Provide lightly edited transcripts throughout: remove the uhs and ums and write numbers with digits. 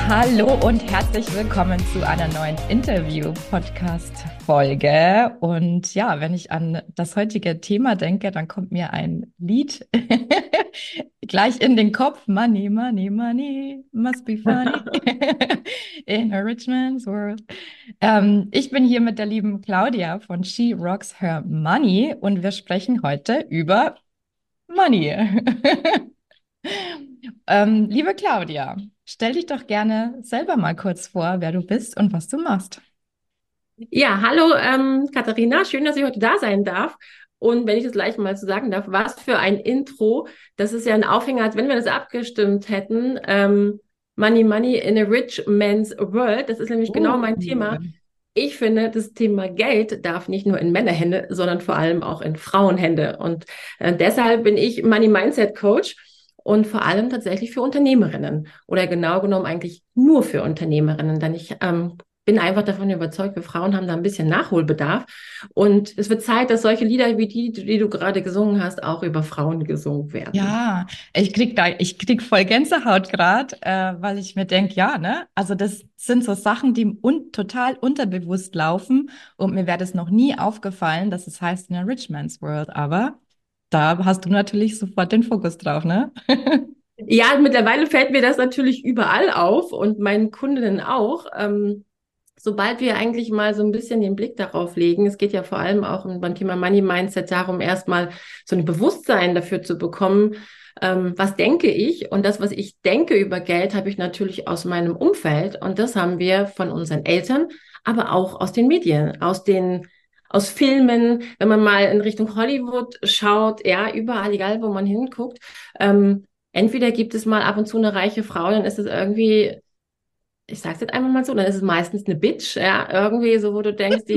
Hallo und herzlich willkommen zu einer neuen Interview-Podcast-Folge. Und ja, wenn ich an das heutige Thema denke, dann kommt mir ein Lied gleich in den Kopf. Money, money, money, must be funny in a rich man's world. Ich bin hier mit der lieben Claudia von She Rocks Her Money und wir sprechen heute über Money. Liebe Claudia, stell dich doch gerne selber mal kurz vor, wer du bist und was du machst. Ja, hallo Katharina, schön, dass ich heute da sein darf. Und wenn ich das gleich mal so sagen darf, was für ein Intro. Das ist ja ein Aufhänger, als wenn wir das abgestimmt hätten. Money, Money in a Rich Man's World. Das ist nämlich genau mein Thema. Uh. Ich finde, das Thema Geld darf nicht nur in Männerhände, sondern vor allem auch in Frauenhände. Und deshalb bin ich Money Mindset Coach und vor allem tatsächlich für Unternehmerinnen oder genau genommen eigentlich nur für Unternehmerinnen, denn ich bin einfach davon überzeugt, wir Frauen haben da ein bisschen Nachholbedarf. Und es wird Zeit, dass solche Lieder wie die du gerade gesungen hast, auch über Frauen gesungen werden. Ja, ich krieg voll Gänsehaut gerade, weil ich mir denk, ja, ne? Also das sind so Sachen, die total unterbewusst laufen und mir wäre das noch nie aufgefallen, dass es heißt in a rich man's world, aber da hast du natürlich sofort den Fokus drauf, ne? Ja, mittlerweile fällt mir das natürlich überall auf und meinen Kundinnen auch. Sobald wir eigentlich mal so ein bisschen den Blick darauf legen, es geht ja vor allem auch beim Thema Money Mindset darum, erstmal so ein Bewusstsein dafür zu bekommen, was denke ich? Und das, was ich denke über Geld, habe ich natürlich aus meinem Umfeld. Und das haben wir von unseren Eltern, aber auch aus den Medien, aus Filmen, wenn man mal in Richtung Hollywood schaut, ja, überall, egal wo man hinguckt. Entweder gibt es mal ab und zu eine reiche Frau, dann ist es irgendwie, ich sag's jetzt einfach mal so, dann ist es meistens eine Bitch, ja, irgendwie so, wo du denkst,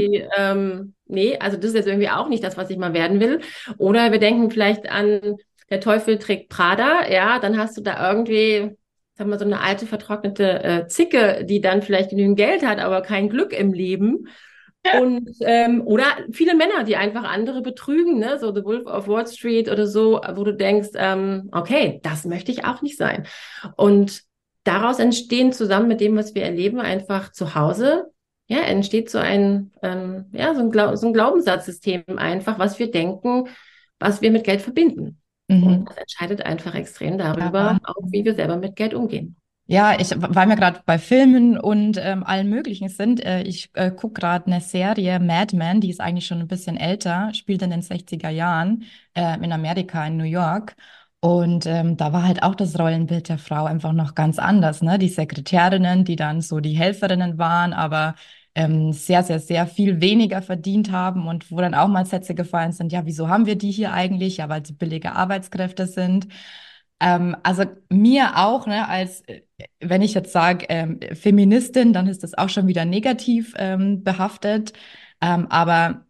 nee, also das ist jetzt irgendwie auch nicht das, was ich mal werden will. Oder wir denken vielleicht an der Teufel trägt Prada, ja, dann hast du da irgendwie, sag mal, so eine alte, vertrocknete Zicke, die dann vielleicht genügend Geld hat, aber kein Glück im Leben. Und oder viele Männer, die einfach andere betrügen, ne? So The Wolf of Wall Street oder so, wo du denkst, okay, das möchte ich auch nicht sein. Und daraus entstehen zusammen mit dem, was wir erleben, einfach zu Hause, ja, entsteht so ein, ja, so ein Glaubenssatzsystem einfach, was wir denken, was wir mit Geld verbinden. Und Mhm. das entscheidet einfach extrem Ja, darüber, auch wie wir selber mit Geld umgehen. ja, weil wir gerade bei Filmen und allen möglichen sind. Ich gucke gerade eine Serie, Mad Men, die ist eigentlich schon ein bisschen älter, spielt in den 60er Jahren in Amerika, in New York. Und da war halt auch das Rollenbild der Frau einfach noch ganz anders, ne? Die Sekretärinnen, die dann so die Helferinnen waren, aber sehr, sehr, sehr viel weniger verdient haben und wo dann auch mal Sätze gefallen sind, ja, wieso haben wir die hier eigentlich? Ja, weil sie billige Arbeitskräfte sind. Also mir auch, ne, als wenn ich jetzt sage Feministin, dann ist das auch schon wieder negativ behaftet. Aber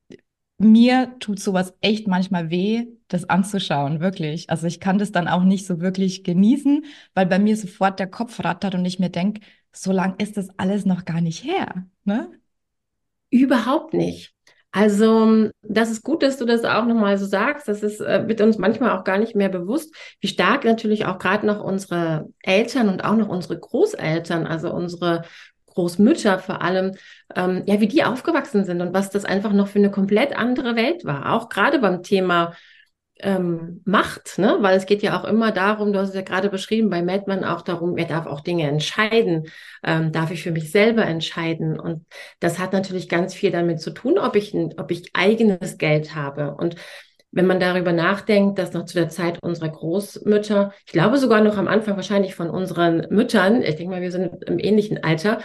mir tut sowas echt manchmal weh, das anzuschauen, wirklich. Also ich kann das dann auch nicht so wirklich genießen, weil bei mir sofort der Kopf rattert und ich mir denke, so lang ist das alles noch gar nicht her, ne? Überhaupt nicht. Also, das ist gut, dass du das auch nochmal so sagst. Das ist, wird uns manchmal auch gar nicht mehr bewusst, wie stark natürlich auch gerade noch unsere Eltern und auch noch unsere Großeltern, also unsere Großmütter vor allem, ja, wie die aufgewachsen sind und was das einfach noch für eine komplett andere Welt war. Auch gerade beim Thema Macht, ne? Weil es geht ja auch immer darum, du hast es ja gerade beschrieben, bei Madman auch darum, er darf auch Dinge entscheiden, darf ich für mich selber entscheiden. Und das hat natürlich ganz viel damit zu tun, ob ich eigenes Geld habe. Und wenn man darüber nachdenkt, dass noch zu der Zeit unserer Großmütter, ich glaube sogar noch am Anfang wahrscheinlich von unseren Müttern, ich denke mal, wir sind im ähnlichen Alter,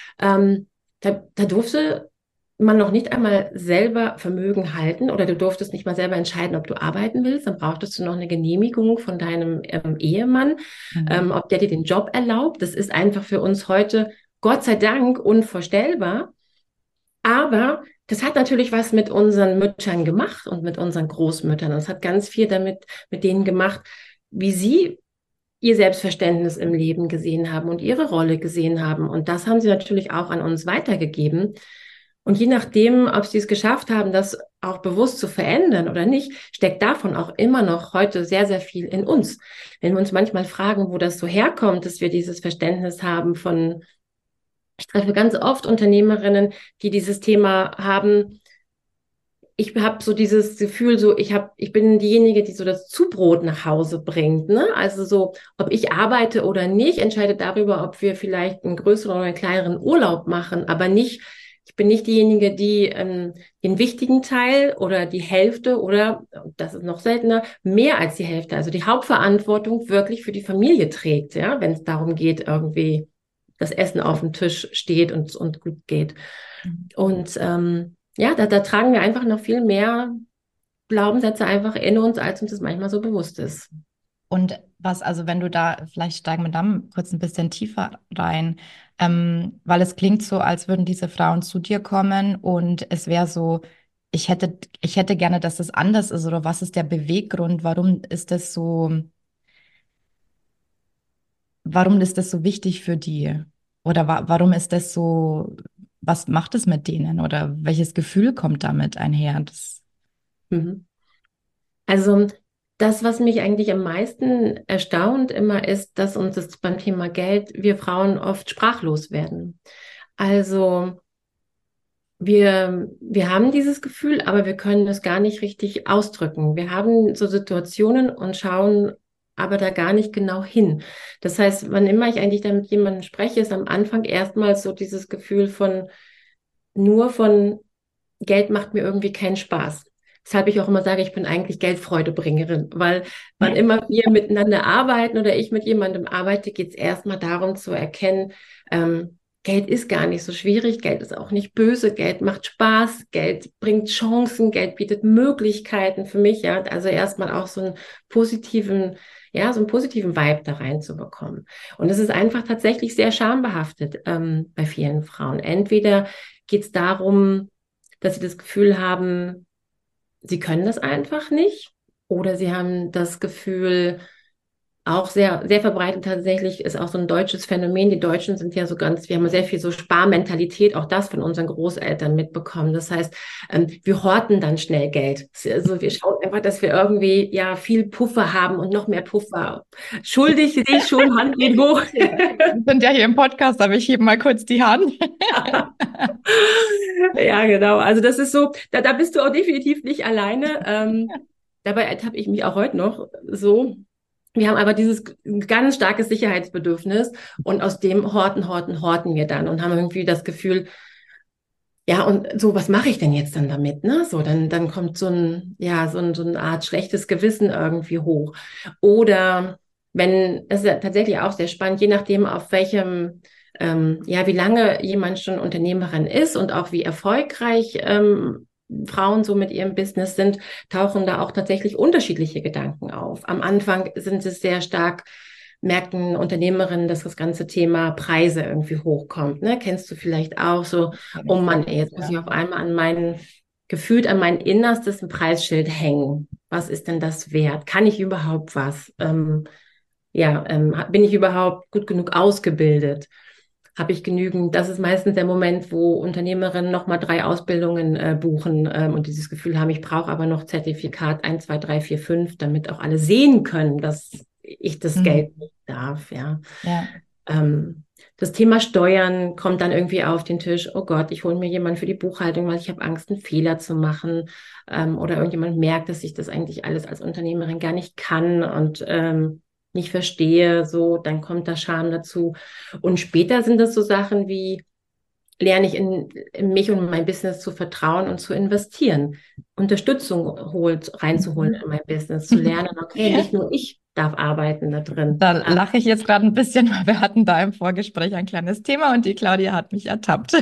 da durfte man noch nicht einmal selber Vermögen halten oder du durftest nicht mal selber entscheiden, ob du arbeiten willst. Dann brauchtest du noch eine Genehmigung von deinem Ehemann, Mhm. ob der dir den Job erlaubt. Das ist einfach für uns heute, Gott sei Dank, unvorstellbar. Aber das hat natürlich was mit unseren Müttern gemacht und mit unseren Großmüttern. Das hat ganz viel damit mit denen gemacht, wie sie ihr Selbstverständnis im Leben gesehen haben und ihre Rolle gesehen haben. Und das haben sie natürlich auch an uns weitergegeben. Und je nachdem, ob sie es geschafft haben, das auch bewusst zu verändern oder nicht, steckt davon auch immer noch heute sehr, sehr viel in uns. Wenn wir uns manchmal fragen, wo das so herkommt, dass wir dieses Verständnis haben von, ich treffe ganz oft Unternehmerinnen, die dieses Thema haben. Ich habe so dieses Gefühl, so ich bin diejenige, die so das Zubrot nach Hause bringt, ne? Also so, ob ich arbeite oder nicht, entscheidet darüber, ob wir vielleicht einen größeren oder einen kleineren Urlaub machen, aber nicht, ich bin nicht diejenige, die den wichtigen Teil oder die Hälfte oder, das ist noch seltener, mehr als die Hälfte, also die Hauptverantwortung wirklich für die Familie trägt, ja, wenn es darum geht, irgendwie das Essen auf dem Tisch steht und gut geht. Und ja, da tragen wir einfach noch viel mehr Glaubenssätze einfach in uns, als uns das manchmal so bewusst ist. Und was, also wenn du da, vielleicht steigen wir da kurz ein bisschen tiefer rein, weil es klingt so, als würden diese Frauen zu dir kommen und es wäre so, ich hätte gerne, dass das anders ist, oder was ist der Beweggrund? Warum ist das so wichtig für die? Oder warum ist das so, was macht es mit denen? Oder welches Gefühl kommt damit einher? Mhm. Also das, was mich eigentlich am meisten erstaunt immer ist, dass uns das beim Thema Geld, wir Frauen oft sprachlos werden. Also wir haben dieses Gefühl, aber wir können es gar nicht richtig ausdrücken. Wir haben so Situationen und schauen aber da gar nicht genau hin. Das heißt, wann immer ich eigentlich da mit jemandem spreche, ist am Anfang erstmal so dieses Gefühl von nur von Geld macht mir irgendwie keinen Spaß. Weshalb ich auch immer sage, ich bin eigentlich Geldfreudebringerin, weil wann immer wir miteinander arbeiten oder ich mit jemandem arbeite, geht es erstmal darum zu erkennen, Geld ist gar nicht so schwierig, Geld ist auch nicht böse, Geld macht Spaß, Geld bringt Chancen, Geld bietet Möglichkeiten für mich, ja, also erstmal auch so einen positiven, ja, so einen positiven Vibe da reinzubekommen. Und es ist einfach tatsächlich sehr schambehaftet bei vielen Frauen. Entweder geht es darum, dass sie das Gefühl haben, sie können das einfach nicht, oder sie haben das Gefühl, auch sehr, sehr verbreitet tatsächlich ist auch so ein deutsches Phänomen. Die Deutschen sind ja so ganz, wir haben sehr viel so Sparmentalität, auch das von unseren Großeltern mitbekommen. Das heißt, wir horten dann schnell Geld. Also wir schauen einfach, dass wir irgendwie ja viel Puffer haben und noch mehr Puffer. Schuldig sehe ich schon, Hand geht hoch. Wir sind ja hier im Podcast, aber ich hebe mal kurz die Hand. Ja, genau. Also das ist so, da bist du auch definitiv nicht alleine. Dabei ertappe ich mich auch heute noch so. Wir haben aber dieses ganz starkes Sicherheitsbedürfnis und aus dem horten wir dann und haben irgendwie das Gefühl, ja, und so, was mache ich denn jetzt dann damit, ne? So, dann kommt so ein, ja, so eine Art schlechtes Gewissen irgendwie hoch. Oder wenn, das ist ja tatsächlich auch sehr spannend, je nachdem, auf welchem, ja, wie lange jemand schon Unternehmerin ist und auch wie erfolgreich Frauen so mit ihrem Business sind, tauchen da auch tatsächlich unterschiedliche Gedanken auf. Am Anfang sind es sehr stark, merken Unternehmerinnen, dass das ganze Thema Preise irgendwie hochkommt. Ne? Kennst du vielleicht auch so, Kenn oh ich sehr Mann, ey, gut, jetzt muss ja. ich auf einmal gefühlt an mein Innerstes ein Preisschild hängen. Was ist denn das wert? Kann ich überhaupt was? Bin ich überhaupt gut genug ausgebildet? Habe ich genügend? Das ist meistens der Moment, wo Unternehmerinnen nochmal 3 Ausbildungen buchen und dieses Gefühl haben, ich brauche aber noch Zertifikat 1, 2, 3, 4, 5, damit auch alle sehen können, dass ich das Geld Mhm. nicht darf, ja. Ja. Ähm, Das Thema Steuern kommt dann irgendwie auf den Tisch. Oh Gott, ich hole mir jemanden für die Buchhaltung, weil ich habe Angst, einen Fehler zu machen. Oder irgendjemand merkt, dass ich das eigentlich alles als Unternehmerin gar nicht kann und nicht verstehe. So, dann kommt da Scham dazu. Und später sind das so Sachen wie, lerne ich in mich und mein Business zu vertrauen und zu investieren. Unterstützung reinzuholen Mhm. in mein Business, zu lernen, okay, nicht nur ich darf arbeiten da drin. Da lache ich jetzt gerade ein bisschen, weil wir hatten da im Vorgespräch ein kleines Thema und die Claudia hat mich ertappt.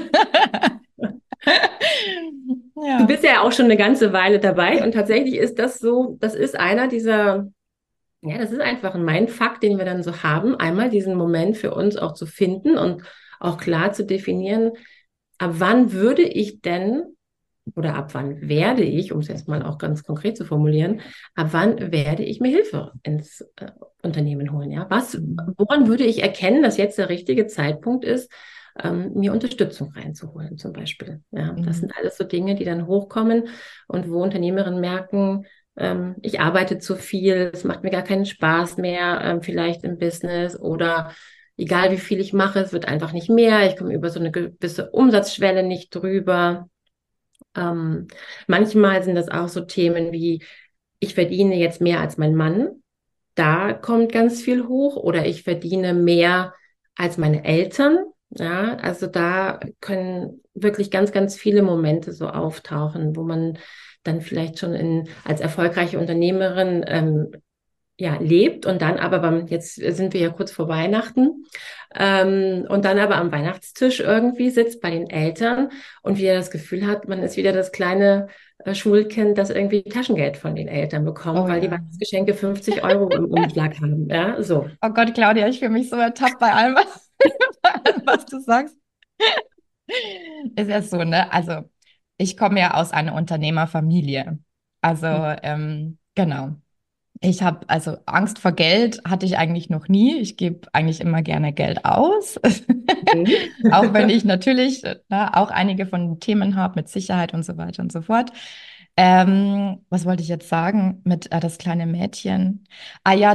Du Ja. bist ja auch schon eine ganze Weile dabei und tatsächlich ist das so, das ist einer dieser, ja, das ist einfach ein Mindfuck, den wir dann so haben, einmal diesen Moment für uns auch zu finden und auch klar zu definieren, ab wann würde ich denn oder ab wann werde ich, um es jetzt mal auch ganz konkret zu formulieren, ab wann werde ich mir Hilfe ins Unternehmen holen, ja? Woran würde ich erkennen, dass jetzt der richtige Zeitpunkt ist, mir Unterstützung reinzuholen zum Beispiel. Ja, das Mhm. sind alles so Dinge, die dann hochkommen und wo Unternehmerinnen merken, ich arbeite zu viel, es macht mir gar keinen Spaß mehr, vielleicht im Business oder egal wie viel ich mache, es wird einfach nicht mehr, ich komme über so eine gewisse Umsatzschwelle nicht drüber. Ähm, Manchmal sind das auch so Themen wie, ich verdiene jetzt mehr als mein Mann, da kommt ganz viel hoch oder ich verdiene mehr als meine Eltern. Ja, also da können wirklich ganz, ganz viele Momente so auftauchen, wo man dann vielleicht schon als erfolgreiche Unternehmerin ja, lebt und dann aber jetzt sind wir ja kurz vor Weihnachten, und dann aber am Weihnachtstisch irgendwie sitzt bei den Eltern und wieder das Gefühl hat, man ist wieder das kleine Schulkind, das irgendwie Taschengeld von den Eltern bekommt, Oh weil die ja. Weihnachtsgeschenke 50 € im Umschlag haben. Ja, so. Oh Gott, Claudia, ich fühle mich so ertappt bei allem, bei allem, was du sagst. Ist ja so, ne? Also, ich komme ja aus einer Unternehmerfamilie. Also, genau. Ich habe, also Angst vor Geld hatte ich eigentlich noch nie. Ich gebe eigentlich immer gerne Geld aus. Mhm. Auch wenn ich natürlich auch einige von den Themen habe mit Sicherheit und so weiter und so fort. Was wollte ich jetzt sagen mit das kleine Mädchen? Ah ja,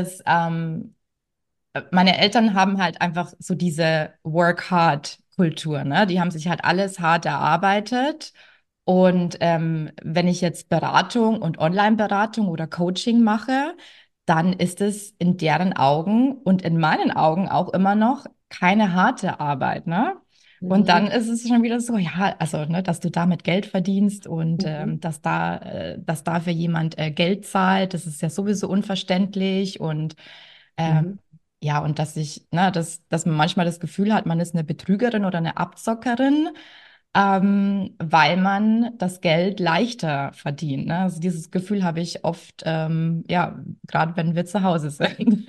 meine Eltern haben halt einfach so diese Work-hard-Kultur, ne? Die haben sich halt alles hart erarbeitet. Und wenn ich jetzt Beratung und Online-Beratung oder Coaching mache, dann ist es in deren Augen und in meinen Augen auch immer noch keine harte Arbeit, ne? Und dann Mhm. ist es schon wieder so, ja, also, ne, dass du damit Geld verdienst und Mhm. dass dafür jemand Geld zahlt, das ist ja sowieso unverständlich und ähm, Mhm. ja, und dass man manchmal das Gefühl hat, man ist eine Betrügerin oder eine Abzockerin, weil man das Geld leichter verdient. Ne? Also dieses Gefühl habe ich oft, ja, gerade wenn wir zu Hause sind.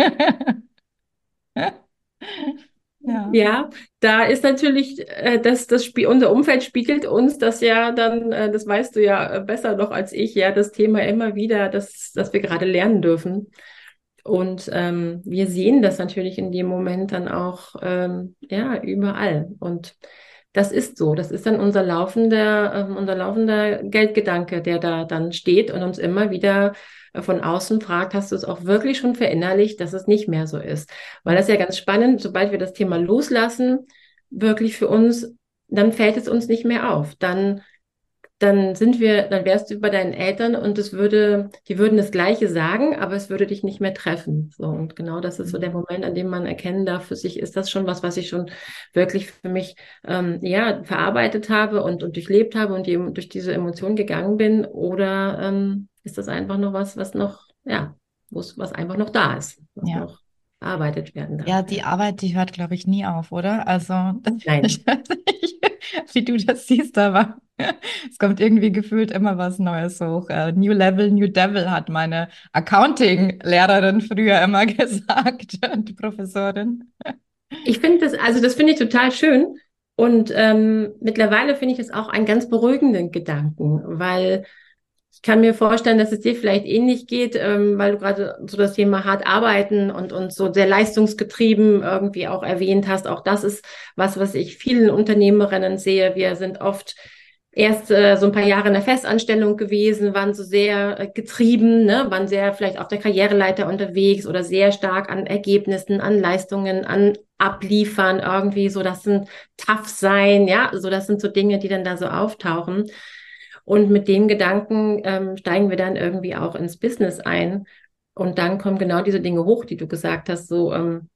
Ja, Ja, da ist natürlich das Spiel, unser Umfeld spiegelt uns das ja dann, das weißt du ja besser noch als ich, ja, das Thema immer wieder, dass wir gerade lernen dürfen. Und wir sehen das natürlich in dem Moment dann auch ja überall. Und das ist so. Das ist dann unser laufender Geldgedanke, der da dann steht und uns immer wieder von außen fragt, hast du es auch wirklich schon verinnerlicht, dass es nicht mehr so ist? Weil das ist ja ganz spannend, sobald wir das Thema loslassen, wirklich für uns, dann fällt es uns nicht mehr auf. Dann wärst du bei deinen Eltern und die würden das Gleiche sagen, aber es würde dich nicht mehr treffen. So, und genau das ist so der Moment, an dem man erkennen darf, für sich ist das schon was ich schon wirklich für mich, ja, verarbeitet habe und durchlebt habe und eben durch diese Emotion gegangen bin, oder, ist das einfach noch was noch, ja, was einfach noch da ist, was ja. noch bearbeitet werden darf, Ja, ja. die Arbeit, die hört, glaube ich, nie auf, oder? Also, ich Nein. weiß nicht, wie du das siehst, aber es kommt irgendwie gefühlt immer was Neues hoch. New Level, New Devil hat meine Accounting-Lehrerin früher immer gesagt, die Professorin. Ich finde also das finde ich total schön. Und mittlerweile finde ich es auch einen ganz beruhigenden Gedanken, weil ich kann mir vorstellen, dass es dir vielleicht ähnlich geht, weil du gerade so das Thema hart arbeiten und so sehr leistungsgetrieben irgendwie auch erwähnt hast. Auch das ist was ich vielen Unternehmerinnen sehe. Wir sind oft erst so ein paar Jahre in der Festanstellung gewesen, waren so sehr getrieben, ne, waren sehr vielleicht auf der Karriereleiter unterwegs oder sehr stark an Ergebnissen, an Leistungen, an Abliefern irgendwie, so das sind tough sein, ja, so das sind so Dinge, die dann da so auftauchen. Und mit dem Gedanken steigen wir dann irgendwie auch ins Business ein. Und dann kommen genau diese Dinge hoch, die du gesagt hast, so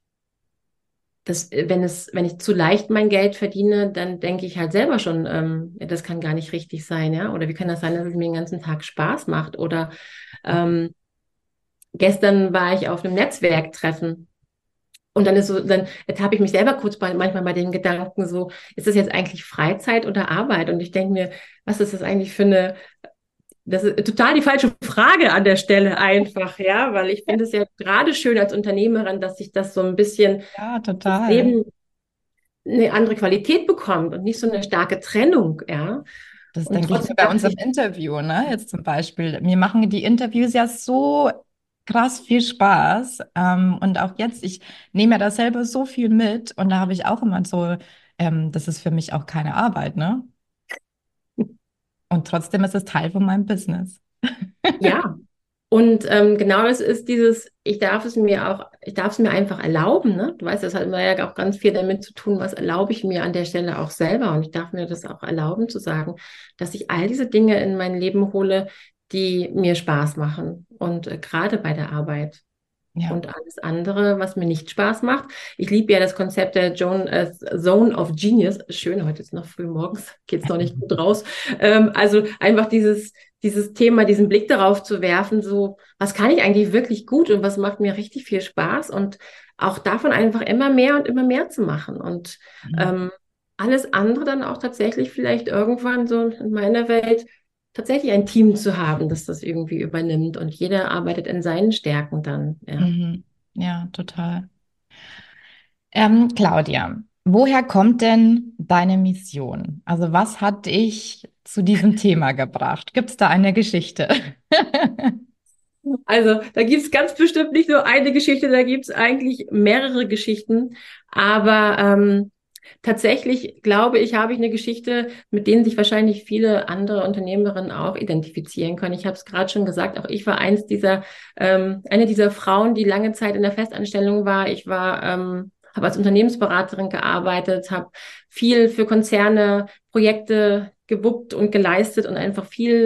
wenn ich zu leicht mein Geld verdiene, dann denke ich halt selber schon, ja, das kann gar nicht richtig sein, ja. Oder wie kann das sein, dass es mir den ganzen Tag Spaß macht? Oder ähm, gestern war ich auf einem Netzwerktreffen und dann ertappe ich mich selber manchmal bei den Gedanken so, ist das jetzt eigentlich Freizeit oder Arbeit? Und ich denke mir, was ist das eigentlich für das ist total die falsche Frage an der Stelle einfach, ja, weil ich finde es ja gerade schön als Unternehmerin, dass sich das so ein bisschen, Ja, das total. Leben eine andere Qualität bekommt und nicht so eine starke Trennung, ja. Das Und denke ich mir trotzdem bei darf unserem sich, Interview, ne? Jetzt zum Beispiel. Mir machen die Interviews ja so krass viel Spaß. Und auch jetzt, ich nehme ja da selber so viel mit und da habe ich auch immer so das ist für mich auch keine Arbeit, ne? Und trotzdem ist es Teil von meinem Business. Ja. Und genau das ist dieses, ich darf es mir einfach erlauben, ne? Du weißt, das hat immer ja auch ganz viel damit zu tun, was erlaube ich mir an der Stelle auch selber. Und ich darf mir das auch erlauben zu sagen, dass ich all diese Dinge in mein Leben hole, die mir Spaß machen. Und gerade bei der Arbeit. Ja. Und alles andere, was mir nicht Spaß macht. Ich liebe ja das Konzept der Zone of Genius. Schön, heute ist noch früh morgens, geht's noch nicht gut raus. Also einfach dieses Thema, diesen Blick darauf zu werfen, so, was kann ich eigentlich wirklich gut und was macht mir richtig viel Spaß und auch davon einfach immer mehr und immer mehr zu machen und Mhm. ähm, alles andere dann auch tatsächlich vielleicht irgendwann so in meiner Welt tatsächlich ein Team zu haben, das das irgendwie übernimmt und jeder arbeitet in seinen Stärken dann, ja. Mhm. Ja, total. Claudia, woher kommt denn deine Mission? Also was hat dich zu diesem Thema gebracht? Gibt es da eine Geschichte? Also da gibt es ganz bestimmt nicht nur eine Geschichte, da gibt es eigentlich mehrere Geschichten. Aber tatsächlich glaube ich, habe ich eine Geschichte, mit denen sich wahrscheinlich viele andere Unternehmerinnen auch identifizieren können. Ich habe es gerade schon gesagt, auch ich war eine dieser Frauen, die lange Zeit in der Festanstellung war. Habe als Unternehmensberaterin gearbeitet, habe viel für Konzerne, Projekte gewuppt und geleistet und einfach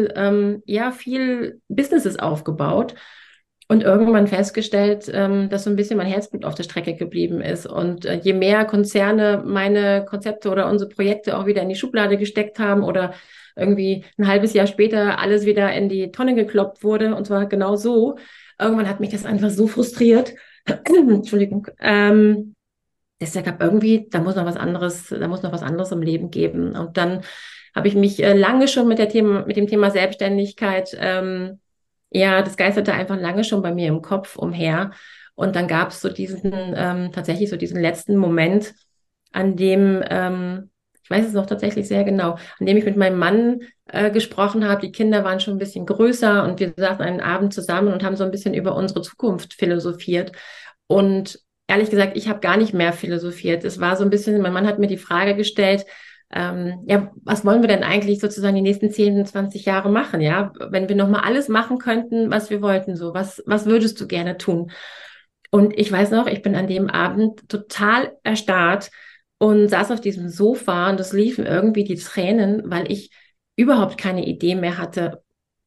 viel Businesses aufgebaut und irgendwann festgestellt, dass so ein bisschen mein Herzblut auf der Strecke geblieben ist. Und je mehr Konzerne meine Konzepte oder unsere Projekte auch wieder in die Schublade gesteckt haben oder irgendwie ein halbes Jahr später alles wieder in die Tonne gekloppt wurde, und zwar genau so, irgendwann hat mich das einfach so frustriert. Entschuldigung. Deshalb gab irgendwie, da muss noch was anderes im Leben geben. Und dann habe ich mich lange schon mit dem Thema Selbstständigkeit, ja, das geisterte einfach lange schon bei mir im Kopf umher. Und dann gab es so tatsächlich so diesen letzten Moment, an dem, ich weiß es noch tatsächlich sehr genau, an dem ich mit meinem Mann gesprochen habe. Die Kinder waren schon ein bisschen größer und wir saßen einen Abend zusammen und haben so ein bisschen über unsere Zukunft philosophiert. Und ehrlich gesagt, ich habe gar nicht mehr philosophiert. Es war so ein bisschen, mein Mann hat mir die Frage gestellt, ja, was wollen wir denn eigentlich sozusagen die nächsten 10, 20 Jahre machen, ja? Wenn wir nochmal alles machen könnten, was wir wollten, so, was würdest du gerne tun? Und ich weiß noch, ich bin an dem Abend total erstarrt und saß auf diesem Sofa und es liefen irgendwie die Tränen, weil ich überhaupt keine Idee mehr hatte.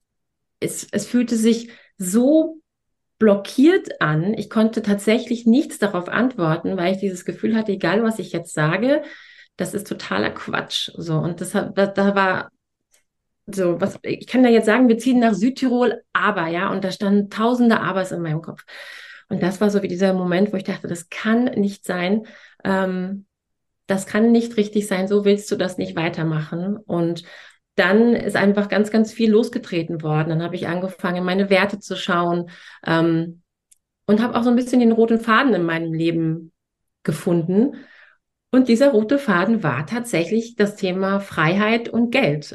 Es fühlte sich so blockiert an. Ich konnte tatsächlich nichts darauf antworten, weil ich dieses Gefühl hatte, egal was ich jetzt sage, das ist totaler Quatsch. So, und da war so, was, ich kann da jetzt sagen, wir ziehen nach Südtirol, aber, ja, und da standen tausende Abers in meinem Kopf. Und das war so wie dieser Moment, wo ich dachte, das kann nicht sein, ähm, das kann nicht richtig sein, so willst du das nicht weitermachen. Und dann ist einfach ganz, ganz viel losgetreten worden. Dann habe ich angefangen, meine Werte zu schauen, ähm, und habe auch so ein bisschen den roten Faden in meinem Leben gefunden. Und dieser rote Faden war tatsächlich das Thema Freiheit und Geld.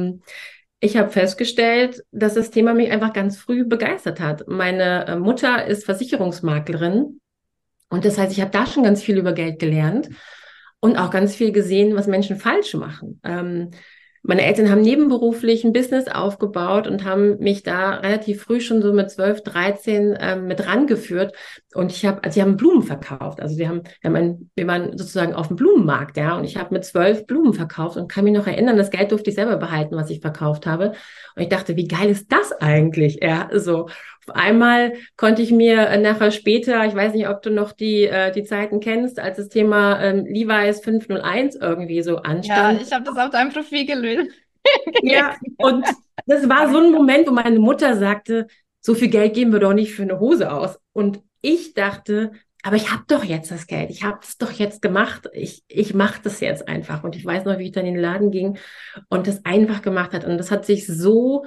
Ich habe festgestellt, dass das Thema mich einfach ganz früh begeistert hat. Meine Mutter ist Versicherungsmaklerin und das heißt, ich habe da schon ganz viel über Geld gelernt und auch ganz viel gesehen, was Menschen falsch machen. Meine Eltern haben nebenberuflich ein Business aufgebaut und haben mich da relativ früh schon so mit 12, 13 mit rangeführt. Und sie haben Blumen verkauft. Also wir waren sozusagen auf dem Blumenmarkt, ja. Und ich habe mit 12 Blumen verkauft und kann mich noch erinnern, das Geld durfte ich selber behalten, was ich verkauft habe. Und ich dachte, wie geil ist das eigentlich? Ja, so. Auf einmal konnte ich mir nachher später, ich weiß nicht, ob du noch die Zeiten kennst, als das Thema Levi's 501 irgendwie so Ja, anstand. ich habe das auf deinem Profil gelesen. Ja, und das war so ein Moment, wo meine Mutter sagte, so viel Geld geben wir doch nicht für eine Hose aus. Und ich dachte, aber ich habe doch jetzt das Geld, ich habe es doch jetzt gemacht, ich mache das jetzt einfach. Und ich weiß noch, wie ich dann in den Laden ging und das einfach gemacht hat. Und das hat sich so,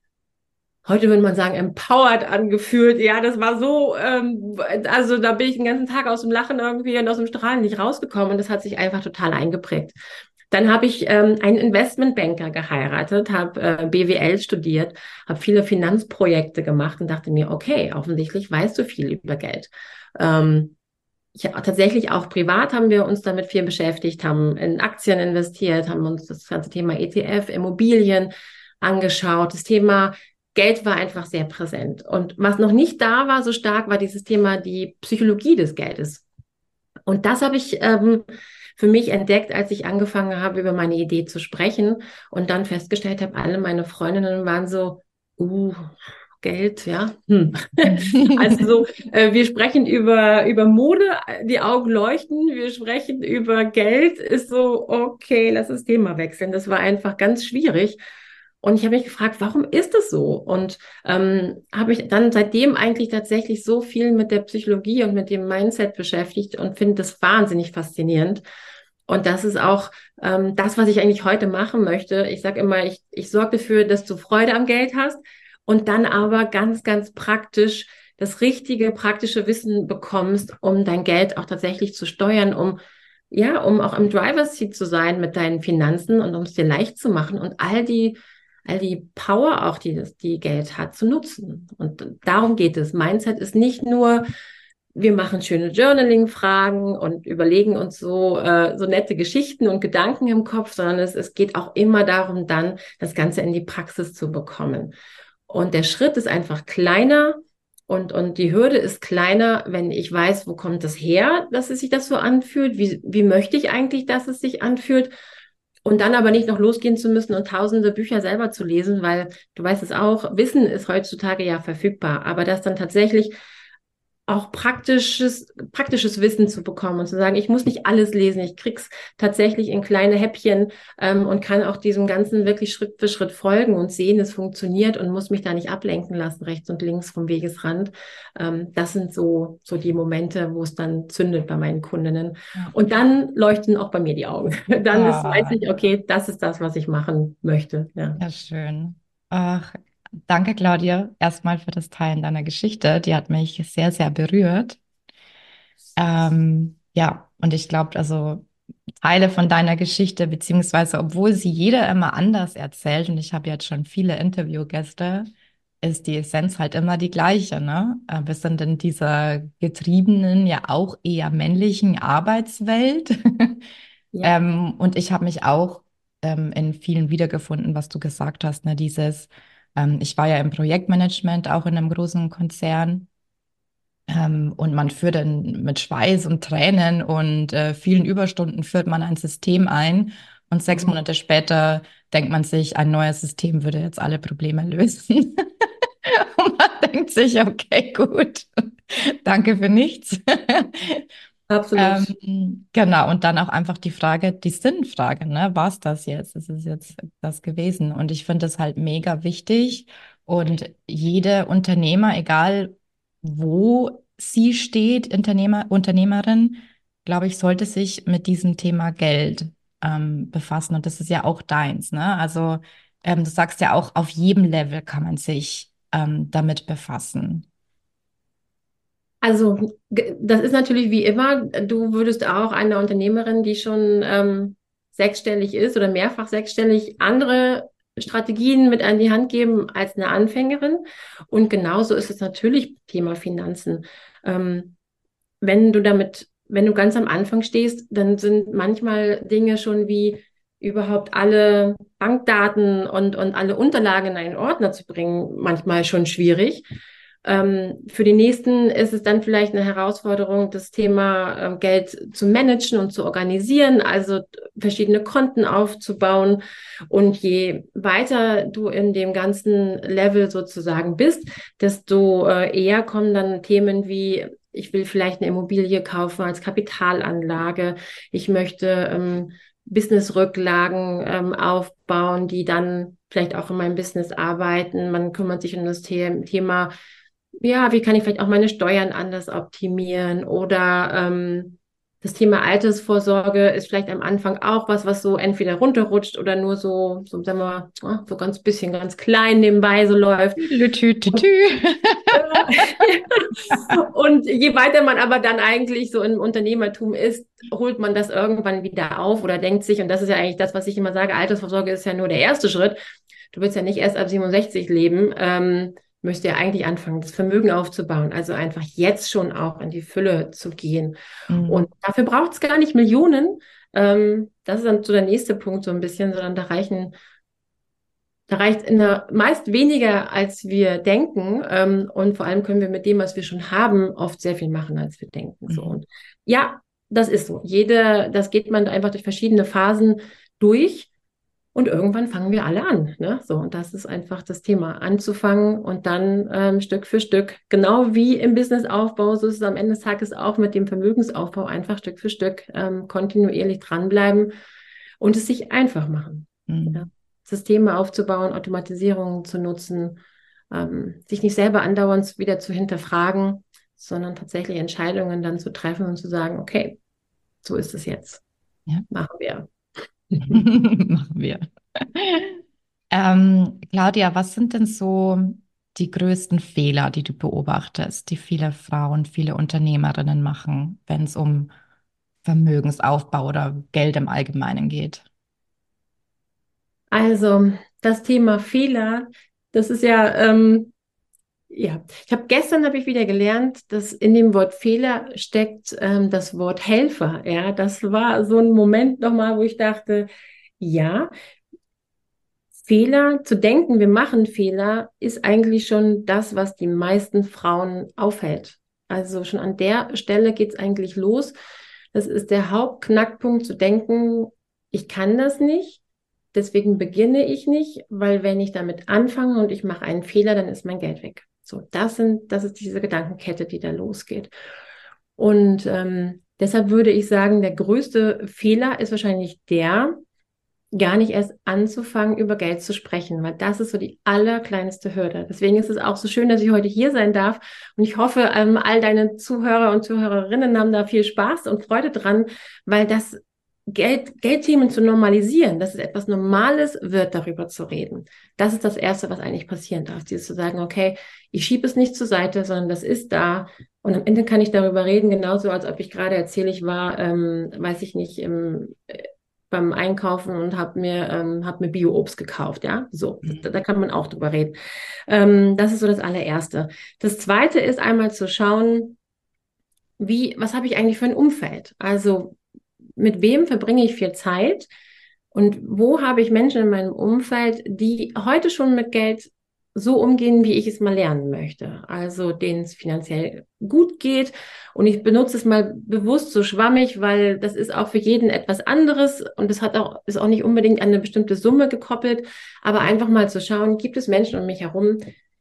heute würde man sagen, empowered angefühlt. Ja, das war so, also da bin ich den ganzen Tag aus dem Lachen irgendwie und aus dem Strahlen nicht rausgekommen und das hat sich einfach total eingeprägt. Dann habe ich einen Investmentbanker geheiratet, habe BWL studiert, habe viele Finanzprojekte gemacht und dachte mir, okay, offensichtlich weißt du viel über Geld. Ähm, tatsächlich auch privat haben wir uns damit viel beschäftigt, haben in Aktien investiert, haben uns das ganze Thema ETF, Immobilien angeschaut. Das Thema Geld war einfach sehr präsent. Und was noch nicht da war, so stark, war dieses Thema die Psychologie des Geldes. Und das habe ich für mich entdeckt, als ich angefangen habe, über meine Idee zu sprechen und dann festgestellt habe, alle meine Freundinnen waren so, Geld, ja. Also so, wir sprechen über Mode, die Augen leuchten, wir sprechen über Geld, ist so, okay, lass das Thema wechseln. Das war einfach ganz schwierig. Und ich habe mich gefragt, warum ist es so? Und habe mich dann seitdem eigentlich tatsächlich so viel mit der Psychologie und mit dem Mindset beschäftigt und finde das wahnsinnig faszinierend. Und das ist auch das, was ich eigentlich heute machen möchte. Ich sage immer, ich sorge dafür, dass du Freude am Geld hast und dann aber ganz, ganz praktisch das richtige, praktische Wissen bekommst, um dein Geld auch tatsächlich zu steuern, um auch im Driver's Seat zu sein mit deinen Finanzen und um es dir leicht zu machen und all die Power auch, die Geld hat, zu nutzen. Und darum geht es. Mindset ist nicht nur, wir machen schöne Journaling-Fragen und überlegen uns so nette Geschichten und Gedanken im Kopf, sondern es geht auch immer darum, dann das Ganze in die Praxis zu bekommen. Und der Schritt ist einfach kleiner und die Hürde ist kleiner, wenn ich weiß, wo kommt es her, dass es sich das so anfühlt, wie möchte ich eigentlich, dass es sich anfühlt. Und dann aber nicht noch losgehen zu müssen und tausende Bücher selber zu lesen, weil du weißt es auch, Wissen ist heutzutage ja verfügbar, aber das dann tatsächlich auch praktisches Wissen zu bekommen und zu sagen, ich muss nicht alles lesen, ich krieg's tatsächlich in kleine Häppchen und kann auch diesem Ganzen wirklich Schritt für Schritt folgen und sehen, es funktioniert und muss mich da nicht ablenken lassen, rechts und links vom Wegesrand. Das sind so die Momente, wo es dann zündet bei meinen Kundinnen. Ja. Und dann leuchten auch bei mir die Augen. Weiß Ah, ich, okay, das ist das, was ich machen möchte. Ja. ja, schön. Ach, danke, Claudia, erstmal für das Teilen deiner Geschichte. Die hat mich sehr, sehr berührt. Ja, und ich glaube, also Teile von deiner Geschichte, beziehungsweise obwohl sie jeder immer anders erzählt, und ich habe jetzt schon viele Interviewgäste, ist die Essenz halt immer die gleiche, ne? Wir sind in dieser getriebenen, ja auch eher männlichen Arbeitswelt. Ja. Und ich habe mich auch in vielen wiedergefunden, was du gesagt hast, ne? Ich war ja im Projektmanagement, auch in einem großen Konzern. Und man führt dann mit Schweiß und Tränen und vielen Überstunden führt man ein System ein. Und sechs Mhm. Monate später denkt man sich, ein neues System würde jetzt alle Probleme lösen. Und man denkt sich, okay, gut, danke für nichts. Absolut. Genau, und dann auch einfach die Sinnfrage, ne? War es das jetzt? Ist es jetzt das gewesen? Und ich finde es halt mega wichtig. Und jede Unternehmer, egal wo sie steht, Unternehmerin, glaube ich, sollte sich mit diesem Thema Geld befassen. Und das ist ja auch deins, ne? Also du sagst ja auch, auf jedem Level kann man sich damit befassen. Also, das ist natürlich wie immer. Du würdest auch einer Unternehmerin, die schon sechsstellig ist oder mehrfach sechsstellig, andere Strategien mit an die Hand geben als eine Anfängerin. Und genauso ist es natürlich Thema Finanzen. Ähm, wenn du ganz am Anfang stehst, dann sind manchmal Dinge schon wie überhaupt alle Bankdaten und alle Unterlagen in einen Ordner zu bringen, manchmal schon schwierig. Für die nächsten ist es dann vielleicht eine Herausforderung, das Thema Geld zu managen und zu organisieren, also verschiedene Konten aufzubauen. Und je weiter du in dem ganzen Level sozusagen bist, desto eher kommen dann Themen wie, ich will vielleicht eine Immobilie kaufen als Kapitalanlage. Ich möchte Business-Rücklagen aufbauen, die dann vielleicht auch in meinem Business arbeiten. Man kümmert sich um das Thema, ja, wie kann ich vielleicht auch meine Steuern anders optimieren? Oder das Thema Altersvorsorge ist vielleicht am Anfang auch was so entweder runterrutscht oder nur so sagen wir, so ganz bisschen, ganz klein nebenbei so läuft. Tütütütü. Und je weiter man aber dann eigentlich so im Unternehmertum ist, holt man das irgendwann wieder auf oder denkt sich, und das ist ja eigentlich das, was ich immer sage, Altersvorsorge ist ja nur der erste Schritt. Du willst ja nicht erst ab 67 leben. müsste ja eigentlich anfangen, das Vermögen aufzubauen, also einfach jetzt schon auch in die Fülle zu gehen. Und Mhm. dafür braucht es gar nicht Millionen. Das ist dann so der nächste Punkt so ein bisschen, sondern da reicht meist weniger, als wir denken. Und vor allem können wir mit dem, was wir schon haben, oft sehr viel machen, als wir denken. So. Mhm. Und ja, das ist so. Das geht man einfach durch verschiedene Phasen durch. Und irgendwann fangen wir alle an, ne? So, und das ist einfach das Thema, anzufangen und dann Stück für Stück, genau wie im Businessaufbau, so ist es am Ende des Tages auch mit dem Vermögensaufbau, einfach Stück für Stück kontinuierlich dranbleiben und es sich einfach machen. Ja? Mhm. Systeme aufzubauen, Automatisierungen zu nutzen, sich nicht selber andauernd wieder zu hinterfragen, sondern tatsächlich Entscheidungen dann zu treffen und zu sagen, okay, so ist es jetzt, Ja. machen wir. Machen wir. Claudia, was sind denn so die größten Fehler, die du beobachtest, die viele Frauen, viele Unternehmerinnen machen, wenn es um Vermögensaufbau oder Geld im Allgemeinen geht? Also, das Thema Fehler, das ist ja, ja, gestern habe ich wieder gelernt, dass in dem Wort Fehler steckt das Wort Helfer. Ja, das war so ein Moment nochmal, wo ich dachte, ja, Fehler, zu denken, wir machen Fehler, ist eigentlich schon das, was die meisten Frauen aufhält. Also schon an der Stelle geht es eigentlich los. Das ist der Hauptknackpunkt, zu denken, ich kann das nicht, deswegen beginne ich nicht, weil wenn ich damit anfange und ich mache einen Fehler, dann ist mein Geld weg. So, das ist diese Gedankenkette, die da losgeht. Und deshalb würde ich sagen, der größte Fehler ist wahrscheinlich der, gar nicht erst anzufangen, über Geld zu sprechen, weil das ist so die allerkleinste Hürde. Deswegen ist es auch so schön, dass ich heute hier sein darf. Und ich hoffe, all deine Zuhörer und Zuhörerinnen haben da viel Spaß und Freude dran, weil das Geldthemen zu normalisieren, dass es etwas Normales wird, darüber zu reden. Das ist das Erste, was eigentlich passieren darf. Dieses zu sagen, okay, ich schiebe es nicht zur Seite, sondern das ist da. Und am Ende kann ich darüber reden, genauso als ob ich gerade erzähle, ich war, weiß ich nicht, beim Einkaufen und hab mir Bio-Obst gekauft, ja, so, da kann man auch drüber reden. Das ist so das allererste. Das zweite ist einmal zu schauen, was habe ich eigentlich für ein Umfeld? Also, mit wem verbringe ich viel Zeit? Und wo habe ich Menschen in meinem Umfeld, die heute schon mit Geld so umgehen, wie ich es mal lernen möchte? Also denen es finanziell gut geht. Und ich benutze es mal bewusst so schwammig, weil das ist auch für jeden etwas anderes und ist auch nicht unbedingt an eine bestimmte Summe gekoppelt. Aber einfach mal zu schauen, gibt es Menschen um mich herum,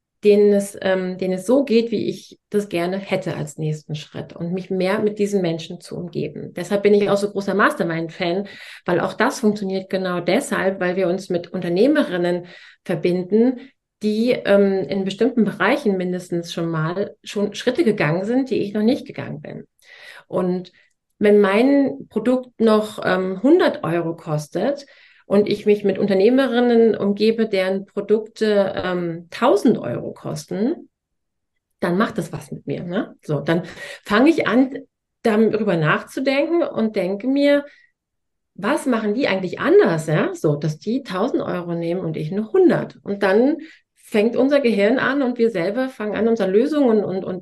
denen es so geht, wie ich das gerne hätte als nächsten Schritt und mich mehr mit diesen Menschen zu umgeben. Deshalb bin ich auch so großer Mastermind-Fan, weil auch das funktioniert genau deshalb, weil wir uns mit Unternehmerinnen verbinden, die in bestimmten Bereichen mindestens schon Schritte gegangen sind, die ich noch nicht gegangen bin. Und wenn mein Produkt noch 100 Euro kostet, und ich mich mit Unternehmerinnen umgebe, deren Produkte 1.000 Euro kosten, dann macht das was mit mir. Ne? So, dann fange ich an, darüber nachzudenken und denke mir, was machen die eigentlich anders? Ja? So, dass die 1.000 Euro nehmen und ich nur 100. Und dann fängt unser Gehirn an und wir selber fangen an, unsere Lösungen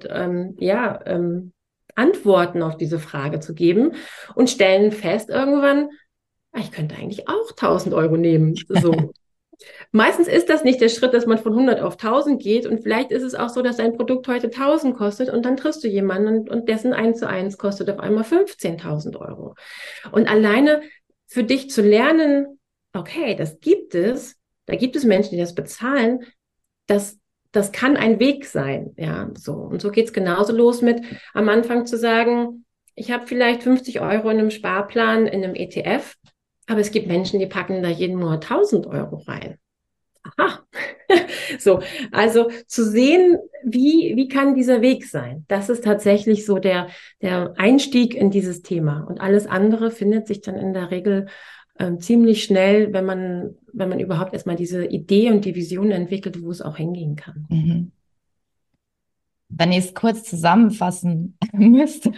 und Antworten auf diese Frage zu geben und stellen fest irgendwann, ich könnte eigentlich auch 1.000 Euro nehmen. So. Meistens ist das nicht der Schritt, dass man von 100 auf 1.000 geht. Und vielleicht ist es auch so, dass dein Produkt heute 1.000 kostet und dann triffst du jemanden und dessen 1:1 kostet auf einmal 15.000 Euro. Und alleine für dich zu lernen, okay, da gibt es Menschen, die das bezahlen, das kann ein Weg sein. Ja, so. Und so geht es genauso los mit am Anfang zu sagen, ich habe vielleicht 50 Euro in einem Sparplan, in einem ETF, aber es gibt Menschen, die packen da jeden Monat 1.000 Euro rein. Aha. So, also zu sehen, wie kann dieser Weg sein? Das ist tatsächlich so der Einstieg in dieses Thema. Und alles andere findet sich dann in der Regel ziemlich schnell, wenn man überhaupt erstmal diese Idee und die Vision entwickelt, wo es auch hingehen kann. Mhm. Wenn ich es kurz zusammenfassen müsste,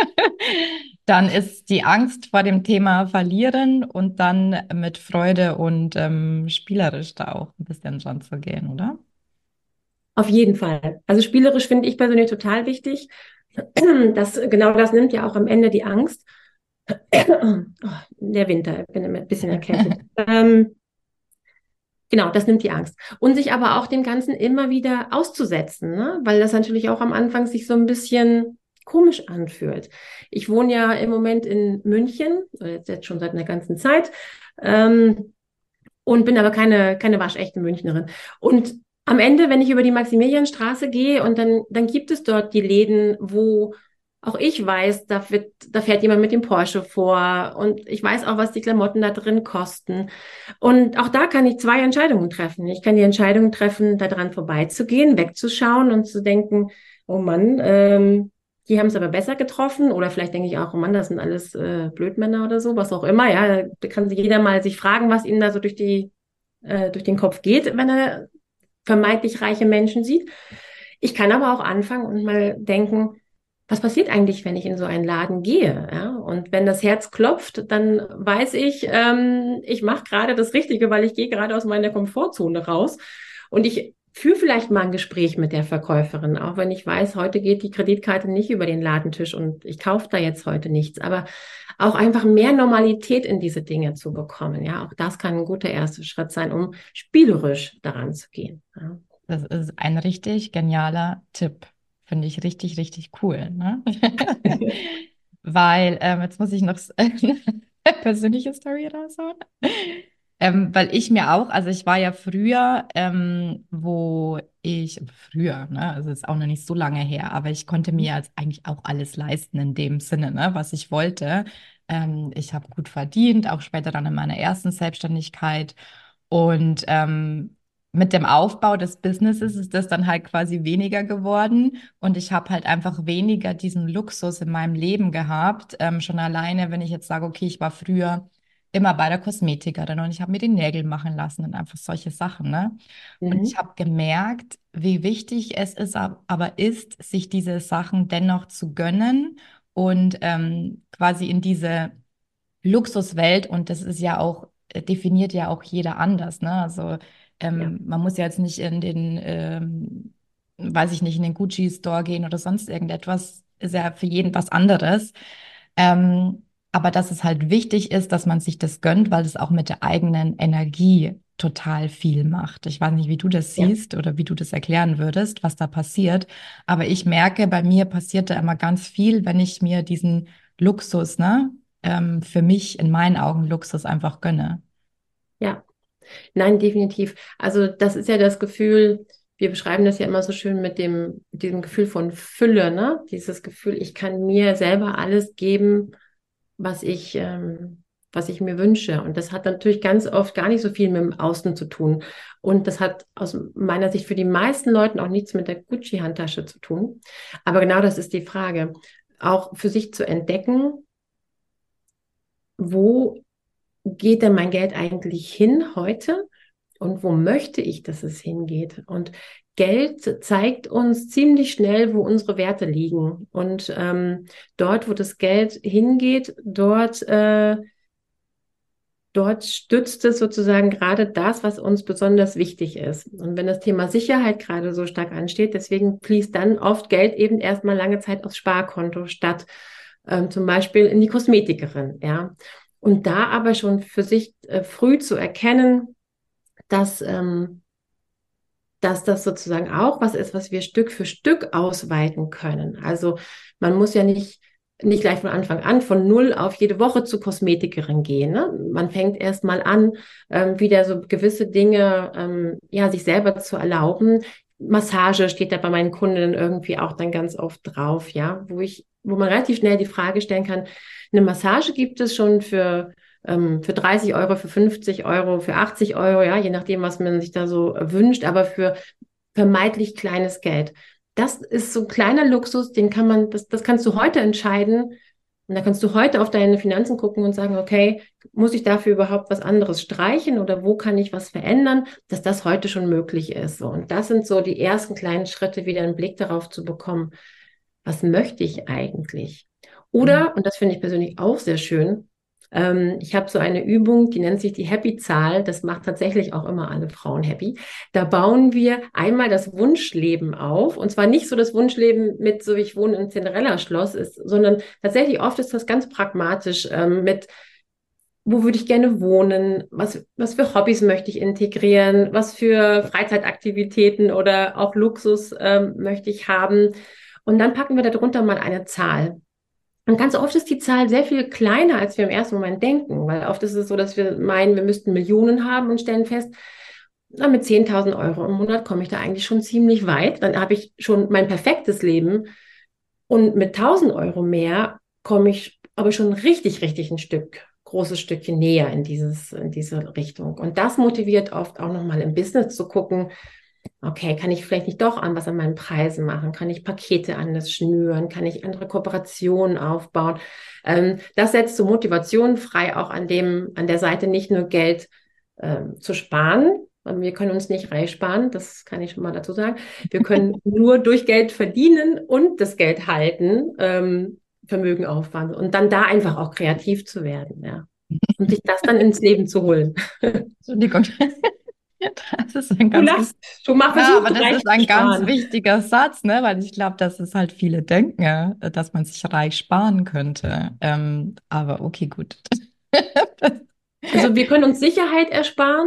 dann ist die Angst vor dem Thema Verlieren und dann mit Freude und spielerisch da auch ein bisschen dran zu gehen, oder? Auf jeden Fall. Also spielerisch finde ich persönlich total wichtig. Genau das nimmt ja auch am Ende die Angst. Oh, der Winter, ich bin ein bisschen erkältet. Genau, das nimmt die Angst. Und sich aber auch dem Ganzen immer wieder auszusetzen, ne? Weil das natürlich auch am Anfang sich so ein bisschen komisch anfühlt. Ich wohne ja im Moment in München, jetzt schon seit einer ganzen Zeit, und bin aber keine waschechte Münchnerin. Und am Ende, wenn ich über die Maximilianstraße gehe und dann gibt es dort die Läden, wo auch ich weiß, da fährt jemand mit dem Porsche vor und ich weiß auch, was die Klamotten da drin kosten. Und auch da kann ich zwei Entscheidungen treffen. Ich kann die Entscheidung treffen, da dran vorbeizugehen, wegzuschauen und zu denken, oh Mann, die haben es aber besser getroffen. Oder vielleicht denke ich auch, oh Mann, das sind alles Blödmänner oder so, was auch immer. Ja, da kann sich jeder mal sich fragen, was ihm da so durch den Kopf geht, wenn er vermeintlich reiche Menschen sieht. Ich kann aber auch anfangen und mal denken, was passiert eigentlich, wenn ich in so einen Laden gehe? Ja? Und wenn das Herz klopft, dann weiß ich mache gerade das Richtige, weil ich gehe gerade aus meiner Komfortzone raus. Und ich führe vielleicht mal ein Gespräch mit der Verkäuferin, auch wenn ich weiß, heute geht die Kreditkarte nicht über den Ladentisch und ich kaufe da jetzt heute nichts. Aber auch einfach mehr Normalität in diese Dinge zu bekommen. Ja, auch das kann ein guter erster Schritt sein, um spielerisch daran zu gehen. Ja. Das ist ein richtig genialer Tipp. Finde ich richtig, richtig cool. Ne? Weil, jetzt muss ich noch eine persönliche Story raushauen. Weil ich mir auch, also ich war ja früher, früher, ne, also ist auch noch nicht so lange her, aber ich konnte mir jetzt eigentlich auch alles leisten in dem Sinne, ne, was ich wollte. Ich habe gut verdient, auch später dann in meiner ersten Selbstständigkeit. Und mit dem Aufbau des Businesses ist das dann halt quasi weniger geworden. Und ich habe halt einfach weniger diesen Luxus in meinem Leben gehabt. Schon alleine, wenn ich jetzt sage, okay, ich war früher immer bei der Kosmetikerin und ich habe mir die Nägel machen lassen und einfach solche Sachen, ne? Und ich Mhm. habe gemerkt, wie wichtig es ist, aber ist, sich diese Sachen dennoch zu gönnen und quasi in diese Luxuswelt, und das ist ja auch, definiert ja auch jeder anders, ne? Also Ja. man muss ja jetzt nicht in den, weiß ich nicht, in den Gucci-Store gehen oder sonst irgendetwas, ist ja für jeden was anderes. Aber dass es halt wichtig ist, dass man sich das gönnt, weil es auch mit der eigenen Energie total viel macht. Ich weiß nicht, wie du das Ja. siehst oder wie du das erklären würdest, was da passiert. Aber ich merke, bei mir passiert da immer ganz viel, wenn ich mir diesen Luxus, ne, für mich in meinen Augen Luxus einfach gönne. Ja. Nein, definitiv. Also das ist ja das Gefühl, wir beschreiben das ja immer so schön mit diesem Gefühl von Fülle, ne? Dieses Gefühl, ich kann mir selber alles geben, was was ich mir wünsche. Und das hat natürlich ganz oft gar nicht so viel mit dem Außen zu tun. Und das hat aus meiner Sicht für die meisten Leuten auch nichts mit der Gucci-Handtasche zu tun. Aber genau das ist die Frage. Auch für sich zu entdecken, wo geht denn mein Geld eigentlich hin heute? Und wo möchte ich, dass es hingeht? Und Geld zeigt uns ziemlich schnell, wo unsere Werte liegen. Und dort, wo das Geld hingeht, dort stützt es sozusagen gerade das, was uns besonders wichtig ist. Und wenn das Thema Sicherheit gerade so stark ansteht, deswegen fließt dann oft Geld eben erstmal lange Zeit aufs Sparkonto statt zum Beispiel in die Kosmetikerin. Ja. Und da aber schon für sich früh zu erkennen, dass, dass das sozusagen auch was ist, was wir Stück für Stück ausweiten können. Also man muss ja nicht gleich von Anfang an von null auf jede Woche zur Kosmetikerin gehen. Ne? Man fängt erst mal an, wieder so gewisse Dinge ja, sich selber zu erlauben. Massage steht da bei meinen Kunden irgendwie auch dann ganz oft drauf, ja, wo man relativ schnell die Frage stellen kann, eine Massage gibt es schon für 30 Euro, für 50 Euro, für 80 Euro, ja, je nachdem, was man sich da so wünscht, aber für vermeintlich kleines Geld. Das ist so ein kleiner Luxus, das kannst du heute entscheiden. Und da kannst du heute auf deine Finanzen gucken und sagen, okay, muss ich dafür überhaupt was anderes streichen oder wo kann ich was verändern, dass das heute schon möglich ist. So, und das sind so die ersten kleinen Schritte, wieder einen Blick darauf zu bekommen, was möchte ich eigentlich? Mhm. Oder, und das finde ich persönlich auch sehr schön, Ich habe so eine Übung, die nennt sich die Happy-Zahl. Das macht tatsächlich auch immer alle Frauen happy. Da bauen wir einmal das Wunschleben auf. Und zwar nicht so das Wunschleben mit so, ich wohne im Cinderella-Schloss, sondern tatsächlich oft ist das ganz pragmatisch mit wo würde ich gerne wohnen? Was für Hobbys möchte ich integrieren? Was für Freizeitaktivitäten oder auch Luxus möchte ich haben? Und dann packen wir darunter mal eine Zahl. Und ganz oft ist die Zahl sehr viel kleiner, als wir im ersten Moment denken, weil oft ist es so, dass wir meinen, wir müssten Millionen haben und stellen fest, na, mit 10.000 Euro im Monat komme ich da eigentlich schon ziemlich weit. Dann habe ich schon mein perfektes Leben und mit 1.000 Euro mehr komme ich aber schon richtig, richtig ein großes Stückchen näher in diese Richtung. Und das motiviert oft auch nochmal im Business zu gucken, okay, kann ich vielleicht nicht doch was an meinen Preisen machen? Kann ich Pakete anders schnüren? Kann ich andere Kooperationen aufbauen? Das setzt so Motivation frei, auch an der Seite nicht nur Geld zu sparen. Wir können uns nicht reich sparen, das kann ich schon mal dazu sagen. Wir können nur durch Geld verdienen und das Geld halten, Vermögen aufbauen und dann da einfach auch kreativ zu werden, ja. Und sich das dann ins Leben zu holen. Entschuldigung. Das ist ein Du ganz lachst, du mach Ja, aber versuchst das reich ist zu ein ganz sparen. wichtiger Satz, ne? Weil ich glaube, dass es halt viele denken, dass man sich reich sparen könnte. Aber okay, gut. Also wir können uns Sicherheit ersparen,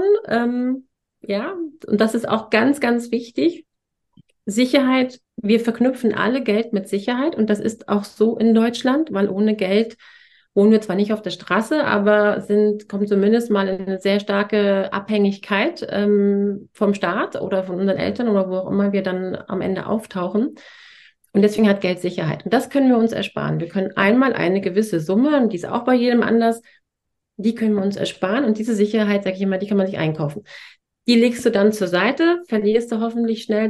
ja, und das ist auch ganz, ganz wichtig. Sicherheit, wir verknüpfen alle Geld mit Sicherheit und das ist auch so in Deutschland, weil ohne Geld wohnen wir zwar nicht auf der Straße, aber kommen zumindest mal in eine sehr starke Abhängigkeit vom Staat oder von unseren Eltern oder wo auch immer wir dann am Ende auftauchen. Und deswegen hat Geld Sicherheit. Und das können wir uns ersparen. Wir können einmal eine gewisse Summe, und die ist auch bei jedem anders, die können wir uns ersparen. Und diese Sicherheit, sage ich immer, die kann man sich einkaufen. Die legst du dann zur Seite, verlierst du hoffentlich schnell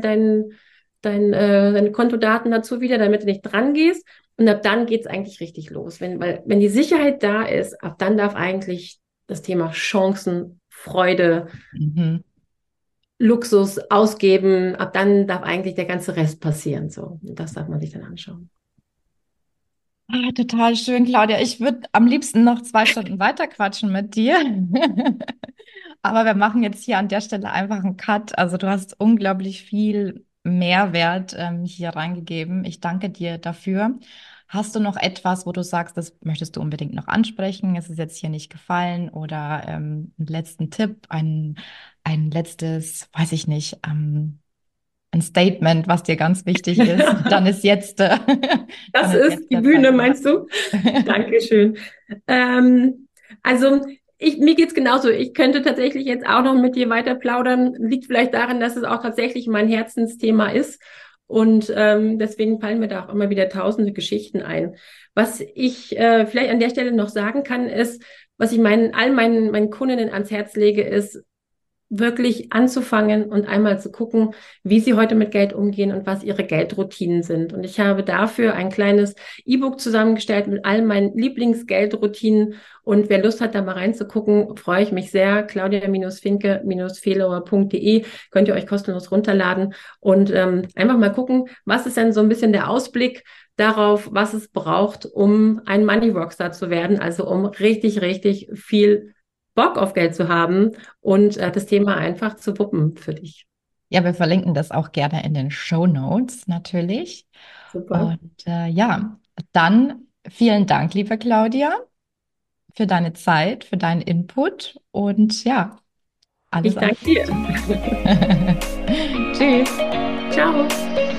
deine Kontodaten dazu wieder, damit du nicht dran gehst. Und ab dann geht's eigentlich richtig los. Wenn die Sicherheit da ist, ab dann darf eigentlich das Thema Chancen, Freude, Mhm. Luxus ausgeben, ab dann darf eigentlich der ganze Rest passieren. So, und das darf man sich dann anschauen. Ah, total schön, Claudia. Ich würde am liebsten noch 2 Stunden weiter quatschen mit dir. Aber wir machen jetzt hier an der Stelle einfach einen Cut. Also du hast unglaublich viel Mehrwert hier reingegeben. Ich danke dir dafür. Hast du noch etwas, wo du sagst, das möchtest du unbedingt noch ansprechen? Es ist jetzt hier nicht gefallen oder einen letzten Tipp, ein letztes, weiß ich nicht, ein Statement, was dir ganz wichtig ist, dann ist jetzt, dann Das ist ist jetzt die der Bühne, Zeitpunkt. meinst du? Dankeschön. Also mir geht's genauso. Ich könnte tatsächlich jetzt auch noch mit dir weiter plaudern. Liegt vielleicht daran, dass es auch tatsächlich mein Herzensthema ist. Und deswegen fallen mir da auch immer wieder tausende Geschichten ein. Was ich vielleicht an der Stelle noch sagen kann, ist, was ich meinen Kundinnen ans Herz lege, ist, wirklich anzufangen und einmal zu gucken, wie sie heute mit Geld umgehen und was ihre Geldroutinen sind. Und ich habe dafür ein kleines E-Book zusammengestellt mit all meinen Lieblingsgeldroutinen. Und wer Lust hat, da mal reinzugucken, freue ich mich sehr. Claudia-Finke-Fehlauer.de könnt ihr euch kostenlos runterladen und einfach mal gucken, was ist denn so ein bisschen der Ausblick darauf, was es braucht, um ein Money Rockstar zu werden, also um richtig, richtig viel Bock auf Geld zu haben und das Thema einfach zu wuppen für dich. Ja, wir verlinken das auch gerne in den Show Notes natürlich. Super. Und ja, dann vielen Dank, liebe Claudia, für deine Zeit, für deinen Input und ja, alles, Ich alles danke dir. Gute. Tschüss. Ciao.